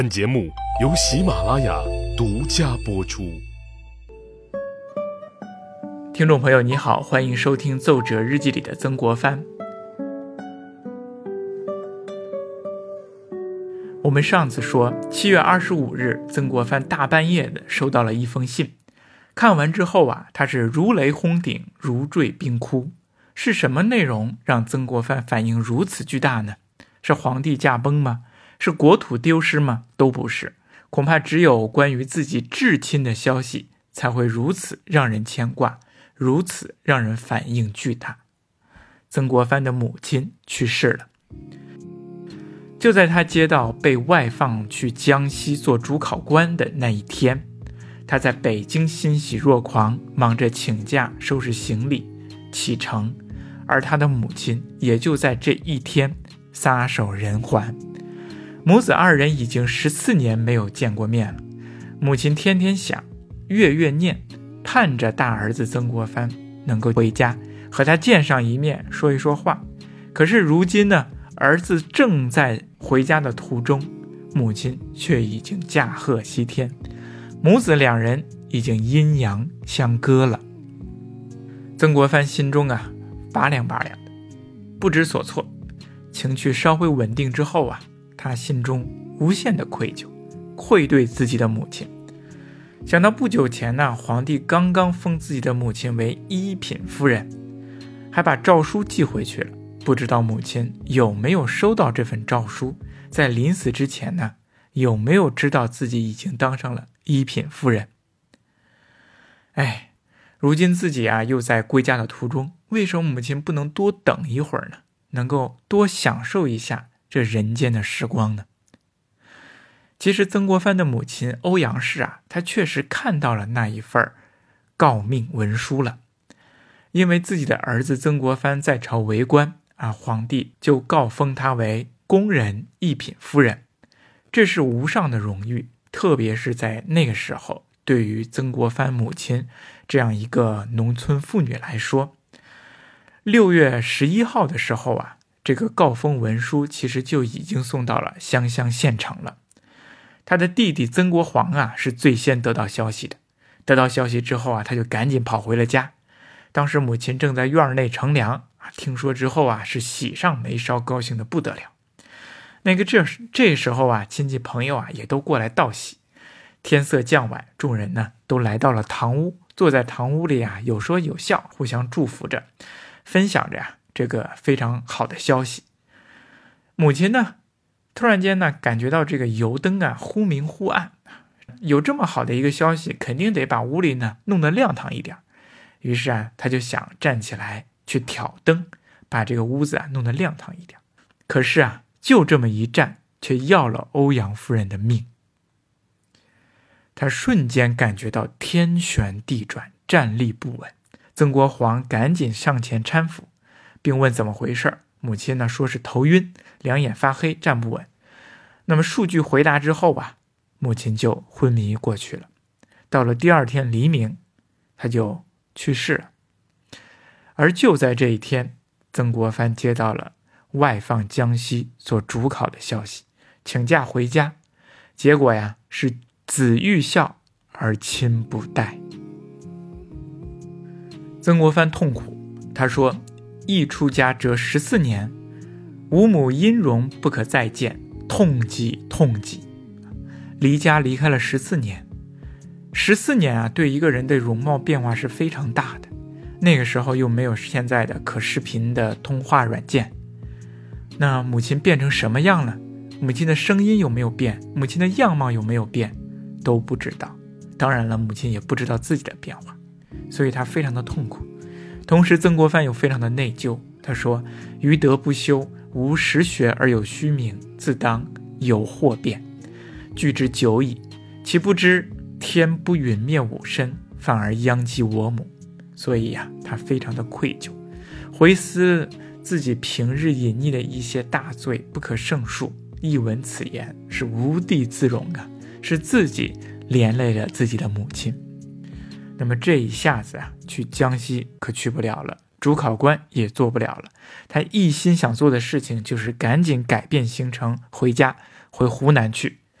本节目由喜马拉雅独家播出。 听众朋友你好，欢迎收听奏折日记里的曾国藩。我们上次说7月25日曾国藩大半夜的收到了一封信，看完之后他是如雷轰顶，如坠冰窟。是什么内容让曾国藩反应如此巨大呢？是皇帝驾崩吗？是国土丢失吗？都不是，恐怕只有关于自己至亲的消息才会如此让人牵挂，如此让人反应巨大。曾国藩的母亲去世了。就在他接到被外放去江西做主考官的那一天，他在北京欣喜若狂，忙着请假收拾行李启程，而他的母亲也就在这一天撒手人寰。母子二人已经14年没有见过面了，母亲天天想，月月念，盼着大儿子曾国藩能够回家和他见上一面，说一说话。可是如今呢，儿子正在回家的途中，母亲却已经驾鹤西天，母子两人已经阴阳相隔了。曾国藩心中拔凉拔凉的，不知所措。情绪稍微稳定之后他心中无限的愧疚，愧对自己的母亲。想到不久前皇帝刚刚封自己的母亲为一品夫人，还把诏书寄回去了，不知道母亲有没有收到这份诏书，在临死之前有没有知道自己已经当上了一品夫人。如今自己又在归家的途中，为什么母亲不能多等一会儿呢？能够多享受一下这人间的时光呢？其实曾国藩的母亲欧阳氏她确实看到了那一份诰命文书了。因为自己的儿子曾国藩在朝为官皇帝就告封他为宫人一品夫人，这是无上的荣誉，特别是在那个时候，对于曾国藩母亲这样一个农村妇女来说，6月11号的时候这个告封文书其实就已经送到了湘乡县城了。他的弟弟曾国煌是最先得到消息的，得到消息之后他就赶紧跑回了家。当时母亲正在院内乘凉，听说之后是喜上眉梢，高兴的不得了。这时候亲戚朋友也都过来道喜。天色将晚，众人都来到了堂屋，坐在堂屋里有说有笑，互相祝福着，分享着这个非常好的消息。母亲突然间感觉到这个油灯忽明忽暗，有这么好的一个消息，肯定得把屋里弄得亮堂一点。于是他就想站起来去挑灯，把这个屋子弄得亮堂一点。可是就这么一站，却要了欧阳夫人的命。他瞬间感觉到天旋地转，站立不稳。曾国煌赶紧上前搀扶，并问怎么回事。母亲说是头晕，两眼发黑，站不稳。那么数句回答之后母亲就昏迷过去了。到了第二天黎明，他就去世了。而就在这一天，曾国藩接到了外放江西做主考的消息，请假回家，结果是子欲孝而亲不待。曾国藩痛苦，他说：一出家则14年，吾母音容不可再见，痛极痛极。离家离开了14年，14年对一个人的容貌变化是非常大的。那个时候又没有现在的可视频的通话软件，那母亲变成什么样了？母亲的声音有没有变？母亲的样貌有没有变？都不知道。当然了，母亲也不知道自己的变化，所以他非常的痛苦。同时曾国藩又非常的内疚，他说：余德不修，吾实学而有虚名，自当有祸变，惧之久矣，岂不知天不陨灭吾身，反而殃及我母。所以他非常的愧疚，回思自己平日隐匿的一些大罪不可胜数，一闻此言是无地自容是自己连累了自己的母亲。那么这一下子去江西可去不了了，主考官也做不了了。他一心想做的事情就是赶紧改变行程回家，回湖南去。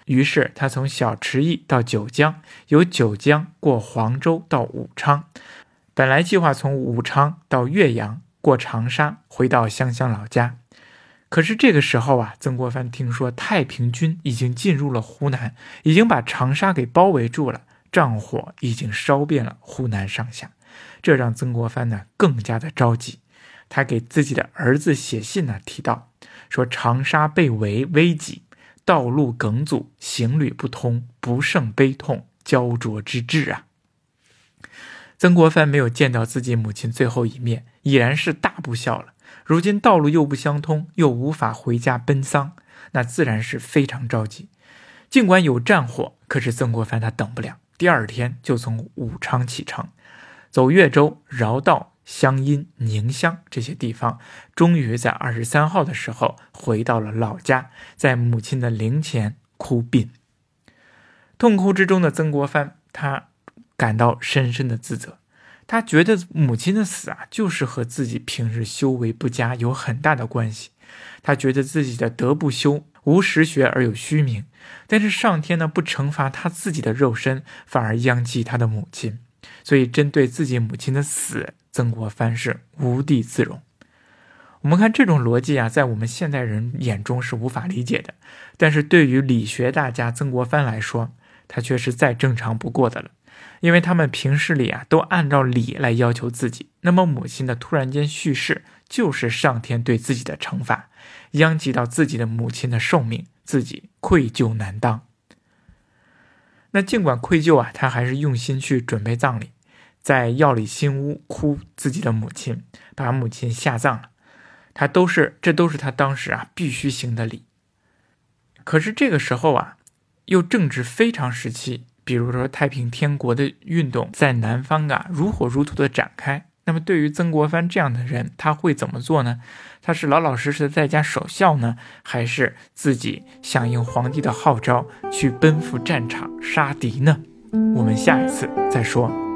于是他从小池驿到九江，由九江过黄州到武昌，本来计划从武昌到岳阳，过长沙回到湘乡老家。可是这个时候啊，曾国藩听说太平军已经进入了湖南，已经把长沙给包围住了，战火已经烧遍了湖南上下，这让曾国藩呢更加的着急。他给自己的儿子写信呢，提到说长沙被围危急，道路梗阻，行旅不通，不胜悲痛，焦灼之至啊。曾国藩没有见到自己母亲最后一面，已然是大不孝了。如今道路又不相通，又无法回家奔丧，那自然是非常着急。尽管有战火，可是曾国藩他等不了，第二天就从武昌启程，走越州、饶道、湘阴、宁乡这些地方，终于在23号的时候回到了老家，在母亲的灵前哭殡。痛哭之中的曾国藩，他感到深深的自责。他觉得母亲的死啊，就是和自己平日修为不佳有很大的关系。他觉得自己的德不修，无实学而有虚名，但是上天呢不惩罚他自己的肉身，反而殃及他的母亲。所以针对自己母亲的死，曾国藩是无地自容。我们看这种逻辑啊，在我们现代人眼中是无法理解的，但是对于理学大家曾国藩来说，他却是再正常不过的了。因为他们平时里啊都按照理来要求自己，那么母亲的突然间去世就是上天对自己的惩罚，殃及到自己的母亲的寿命，自己愧疚难当。那尽管愧疚啊，他还是用心去准备葬礼，在药理新屋哭自己的母亲，把母亲下葬了，这都是他当时啊必须行的礼。可是这个时候啊，又正值非常时期，比如说太平天国的运动在南方啊如火如荼的展开，那么对于曾国藩这样的人，他会怎么做呢？他是老老实实的在家守孝呢，还是自己响应皇帝的号召去奔赴战场杀敌呢？我们下一次再说。